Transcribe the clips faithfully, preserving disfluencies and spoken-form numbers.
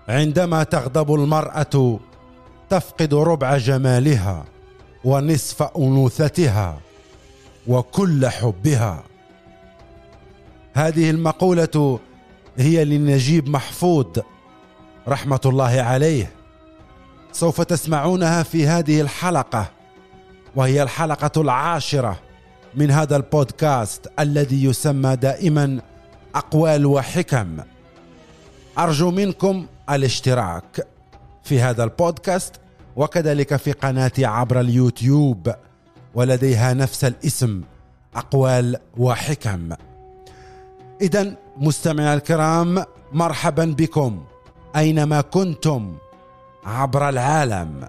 عندما تغضب المرأة تفقد ربع جمالها ونصف أنوثتها وكل حبها. هذه المقولة هي لنجيب محفوظ رحمة الله عليه. سوف تسمعونها في هذه الحلقة، وهي الحلقة العاشرة من هذا البودكاست الذي يسمى دائما أقوال وحكم. أرجو منكم الاشتراك في هذا البودكاست وكذلك في قناتي عبر اليوتيوب، ولديها نفس الاسم أقوال وحكم. إذن مستمعي الكرام، مرحبا بكم أينما كنتم عبر العالم.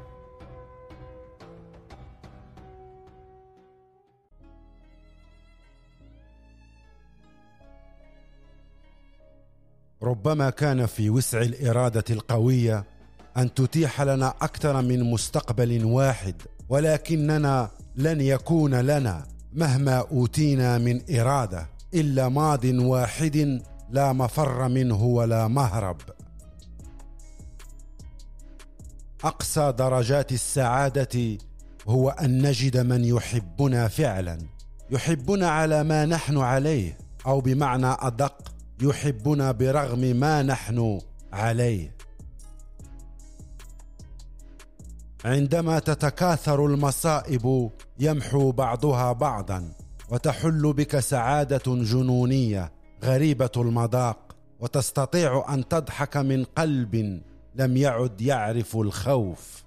ربما كان في وسع الإرادة القوية أن تتيح لنا أكثر من مستقبل واحد، ولكننا لن يكون لنا مهما أوتينا من إرادة إلا ماض واحد لا مفر منه ولا مهرب. أقصى درجات السعادة هو أن نجد من يحبنا فعلا، يحبنا على ما نحن عليه، أو بمعنى أدق يحبنا برغم ما نحن عليه. عندما تتكاثر المصائب يمحو بعضها بعضا، وتحل بك سعادة جنونية غريبة المذاق، وتستطيع أن تضحك من قلب لم يعد يعرف الخوف.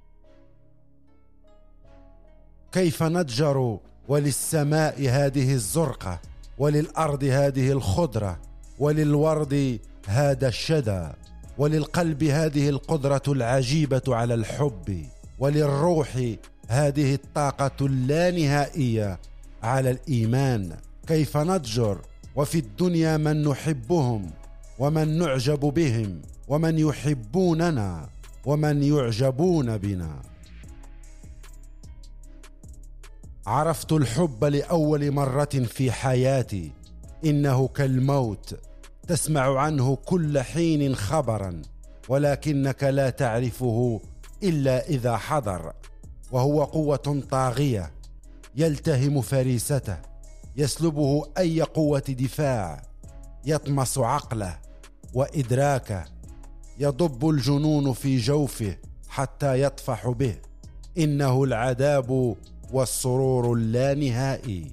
كيف نضجر وللسماء هذه الزرقة، وللأرض هذه الخضرة، وللورد هذا الشذا، وللقلب هذه القدرة العجيبة على الحب، وللروح هذه الطاقة اللانهائية على الإيمان. كيف نضجر وفي الدنيا من نحبهم ومن نعجب بهم ومن يحبوننا ومن يعجبون بنا. عرفت الحب لأول مرة في حياتي، إنه كالموت، تسمع عنه كل حين خبرا، ولكنك لا تعرفه إلا إذا حضر، وهو قوة طاغية يلتهم فريسته، يسلبه أي قوة دفاع، يطمس عقله وإدراكه، يضب الجنون في جوفه حتى يطفح به. إنه العذاب والسرور اللانهائي.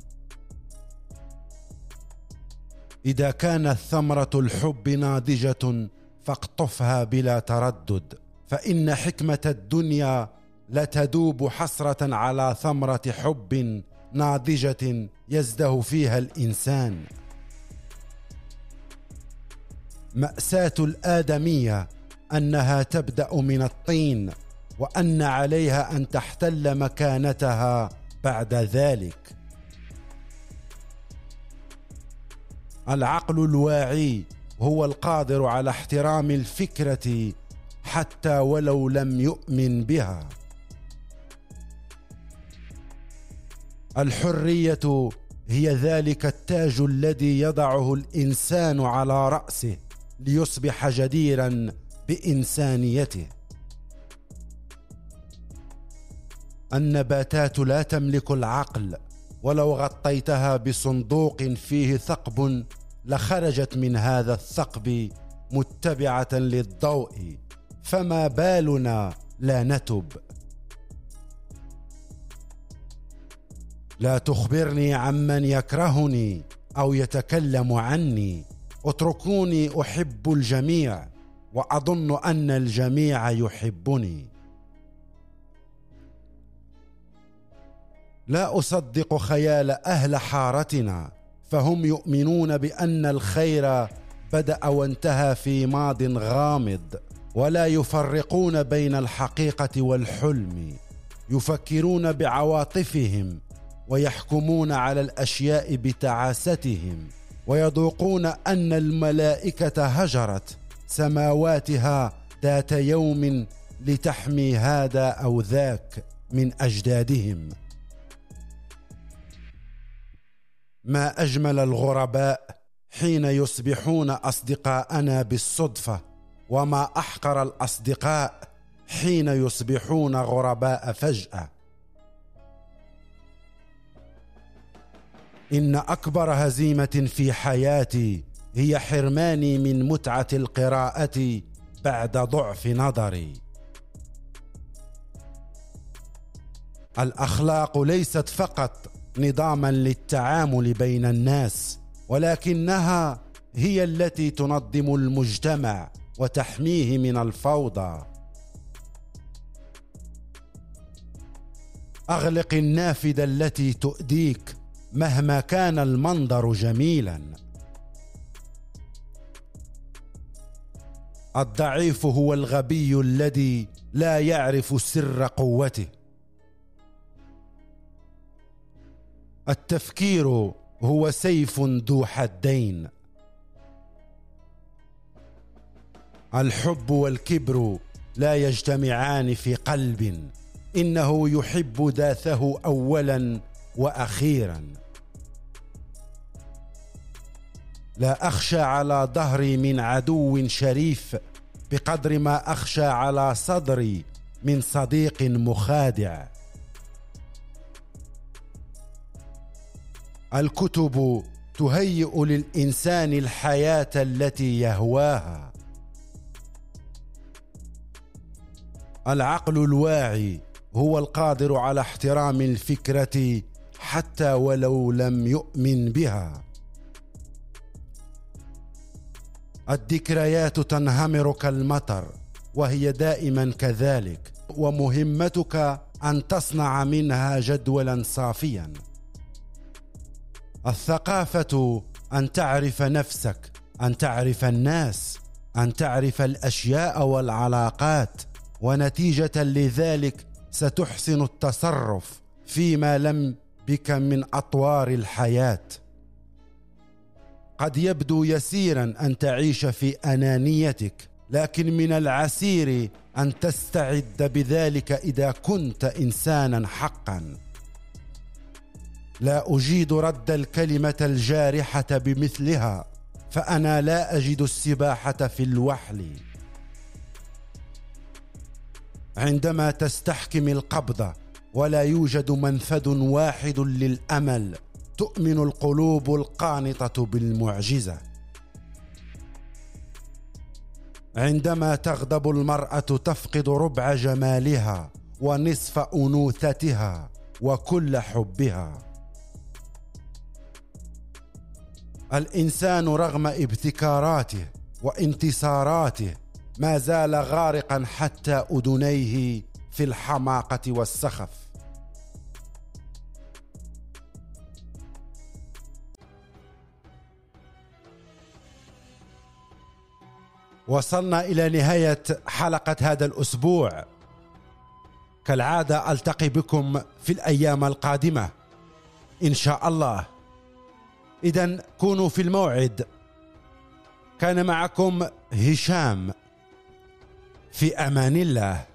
إذا كانت ثمرة الحب ناضجة فاقطفها بلا تردد، فإن حكمة الدنيا لتدوب حسرة على ثمرة حب ناضجة يزده فيها الإنسان. مأساة الآدمية أنها تبدأ من الطين، وأن عليها أن تحتل مكانتها بعد ذلك. العقل الواعي هو القادر على احترام الفكرة حتى ولو لم يؤمن بها. الحرية هي ذلك التاج الذي يضعه الإنسان على رأسه ليصبح جديرا بإنسانيته. النباتات لا تملك العقل، ولو غطيتها بصندوق فيه ثقب لخرجت من هذا الثقب متبعة للضوء، فما بالنا لا نتب. لا تخبرني عمن يكرهني أو يتكلم عني، اتركوني أحب الجميع وأظن أن الجميع يحبني. لا أصدق خيال أهل حارتنا، فهم يؤمنون بأن الخير بدأ وانتهى في ماض غامض، ولا يفرقون بين الحقيقة والحلم. يفكرون بعواطفهم ويحكمون على الأشياء بتعاستهم، ويذوقون أن الملائكة هجرت سماواتها ذات يوم لتحمي هذا أو ذاك من أجدادهم. ما أجمل الغرباء حين يصبحون أصدقاءنا بالصدفة، وما أحقر الأصدقاء حين يصبحون غرباء فجأة. إن أكبر هزيمة في حياتي هي حرماني من متعة القراءة بعد ضعف نظري. الأخلاق ليست فقط نظاما للتعامل بين الناس، ولكنها هي التي تنظم المجتمع وتحميه من الفوضى. أغلق النافذة التي تؤذيك مهما كان المنظر جميلا. الضعيف هو الغبي الذي لا يعرف سر قوته. التفكير هو سيف ذو حدين. الحب والكبر لا يجتمعان في قلب، إنه يحب ذاته أولا وأخيرا. لا أخشى على ظهري من عدو شريف بقدر ما أخشى على صدري من صديق مخادع. الكتب تهيئ للإنسان الحياة التي يهواها. العقل الواعي هو القادر على احترام الفكرة حتى ولو لم يؤمن بها. الذكريات تنهمر كالمطر، وهي دائما كذلك، ومهمتك أن تصنع منها جدولا صافيا. الثقافة أن تعرف نفسك، أن تعرف الناس، أن تعرف الأشياء والعلاقات، ونتيجة لذلك ستحسن التصرف فيما لم بك من أطوار الحياة. قد يبدو يسيرا أن تعيش في أنانيتك، لكن من العسير أن تستعد بذلك إذا كنت إنسانا حقا. لا أجيد رد الكلمة الجارحة بمثلها، فأنا لا أجد السباحة في الوحل. عندما تستحكم القبضة ولا يوجد منفذ واحد للأمل، تؤمن القلوب القانطة بالمعجزة. عندما تغضب المرأة تفقد ربع جمالها ونصف أنوثتها وكل حبها. الإنسان رغم ابتكاراته وانتصاراته ما زال غارقا حتى أذنيه في الحماقة والسخف. وصلنا إلى نهاية حلقة هذا الأسبوع. كالعادة ألتقي بكم في الأيام القادمة إن شاء الله. إذن كونوا في الموعد. كان معكم هشام، في أمان الله.